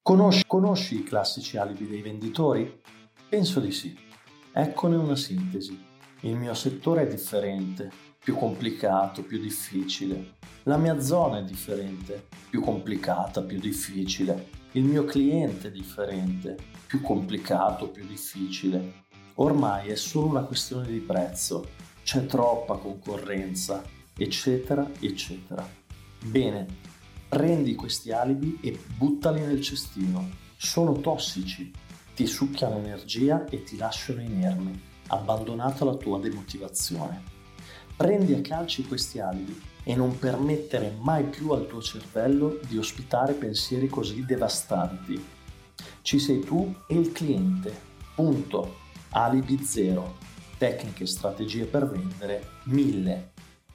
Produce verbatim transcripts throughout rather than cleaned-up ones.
Conosci, conosci i classici alibi dei venditori? Penso di sì. Eccone una sintesi. Il mio settore è differente, più complicato, più difficile. La mia zona è differente, più complicata, più difficile. Il mio cliente è differente, più complicato, più difficile. Ormai è solo una questione di prezzo, c'è troppa concorrenza, eccetera, eccetera. Bene. Prendi questi alibi e buttali nel cestino. Sono tossici, ti succhiano energia e ti lasciano inerme, abbandonato alla tua demotivazione. Prendi a calci questi alibi e non permettere mai più al tuo cervello di ospitare pensieri così devastanti. Ci sei tu e il cliente. Punto. Alibi zero. Tecniche e strategie per vendere mille.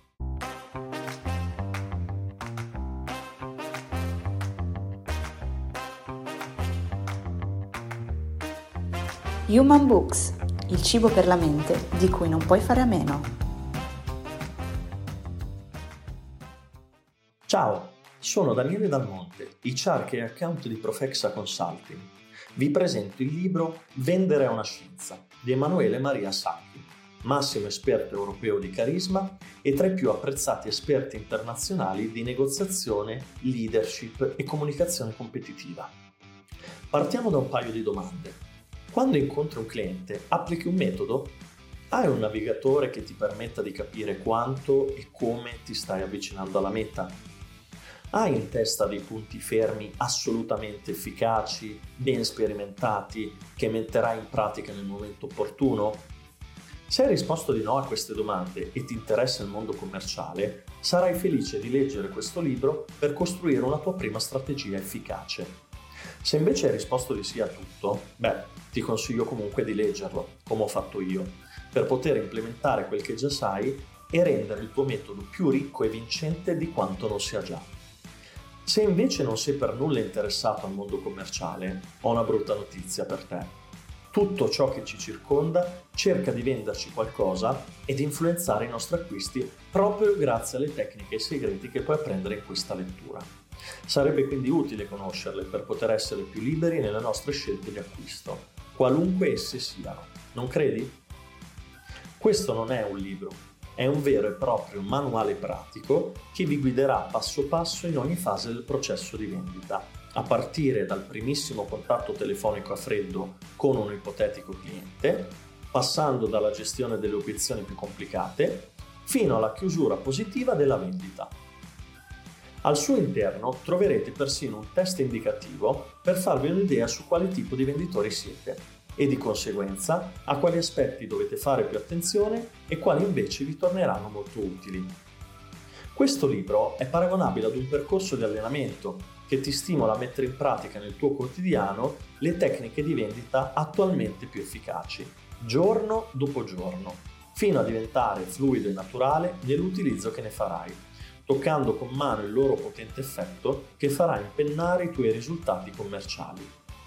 Human Books, il cibo per la mente di cui non puoi fare a meno. Ciao, sono Daniele Dalmonte, H R e account di Profexa Consulting. Vi presento il libro Vendere è una scienza di Emanuele Maria Sacchi, massimo esperto europeo di carisma e tra i più apprezzati esperti internazionali di negoziazione, leadership e comunicazione competitiva. Partiamo da un paio di domande. Quando incontri un cliente, applichi un metodo? Hai un navigatore che ti permetta di capire quanto e come ti stai avvicinando alla meta? Hai in testa dei punti fermi assolutamente efficaci, ben sperimentati, che metterai in pratica nel momento opportuno? Se hai risposto di no a queste domande e ti interessa il mondo commerciale, sarai felice di leggere questo libro per costruire una tua prima strategia efficace. Se invece hai risposto di sì a tutto, beh, ti consiglio comunque di leggerlo, come ho fatto io, per poter implementare quel che già sai e rendere il tuo metodo più ricco e vincente di quanto non sia già. Se invece non sei per nulla interessato al mondo commerciale, ho una brutta notizia per te. Tutto ciò che ci circonda cerca di venderci qualcosa e di influenzare i nostri acquisti proprio grazie alle tecniche e segreti che puoi apprendere in questa lettura. Sarebbe quindi utile conoscerle per poter essere più liberi nelle nostre scelte di acquisto, qualunque esse siano, non credi? Questo non è un libro, è un vero e proprio manuale pratico che vi guiderà passo passo in ogni fase del processo di vendita, a partire dal primissimo contatto telefonico a freddo con un ipotetico cliente, passando dalla gestione delle obiezioni più complicate, fino alla chiusura positiva della vendita. Al suo interno troverete persino un test indicativo per farvi un'idea su quale tipo di venditori siete e di conseguenza a quali aspetti dovete fare più attenzione e quali invece vi torneranno molto utili. Questo libro è paragonabile ad un percorso di allenamento che ti stimola a mettere in pratica nel tuo quotidiano le tecniche di vendita attualmente più efficaci, giorno dopo giorno, fino a diventare fluido e naturale nell'utilizzo che ne farai, toccando con mano il loro potente effetto che farà impennare i tuoi risultati commerciali.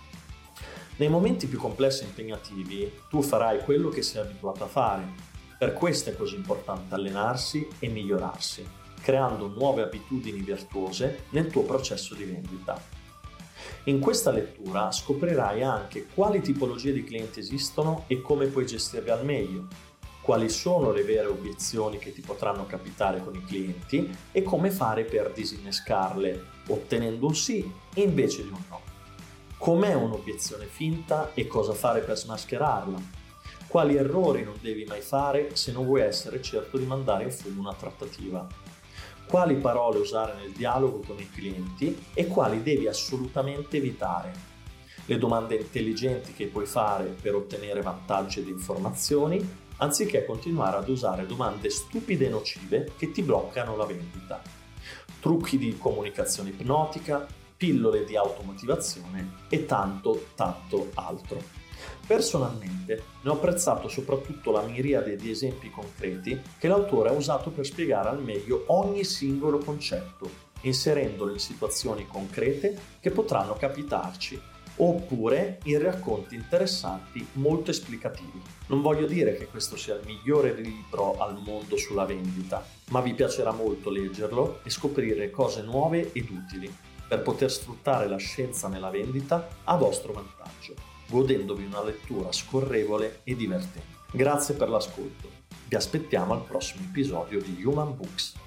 Nei momenti più complessi e impegnativi, tu farai quello che sei abituato a fare. Per questo è così importante allenarsi e migliorarsi, creando nuove abitudini virtuose nel tuo processo di vendita. In questa lettura scoprirai anche quali tipologie di clienti esistono e come puoi gestirle al meglio, quali sono le vere obiezioni che ti potranno capitare con i clienti e come fare per disinnescarle, ottenendo un sì invece di un no. Com'è un'obiezione finta e cosa fare per smascherarla? Quali errori non devi mai fare se non vuoi essere certo di mandare in fumo una trattativa? Quali parole usare nel dialogo con i clienti e quali devi assolutamente evitare? Le domande intelligenti che puoi fare per ottenere vantaggi ed informazioni, anziché continuare ad usare domande stupide e nocive che ti bloccano la vendita. Trucchi di comunicazione ipnotica, pillole di automotivazione e tanto, tanto altro. Personalmente ne ho apprezzato soprattutto la miriade di esempi concreti che l'autore ha usato per spiegare al meglio ogni singolo concetto, inserendolo in situazioni concrete che potranno capitarci, oppure in racconti interessanti molto esplicativi. Non voglio dire che questo sia il migliore libro al mondo sulla vendita, ma vi piacerà molto leggerlo e scoprire cose nuove ed utili. per poter sfruttare la scienza nella vendita a vostro vantaggio, godendovi una lettura scorrevole e divertente. Grazie per l'ascolto. Vi aspettiamo al prossimo episodio di Human Books.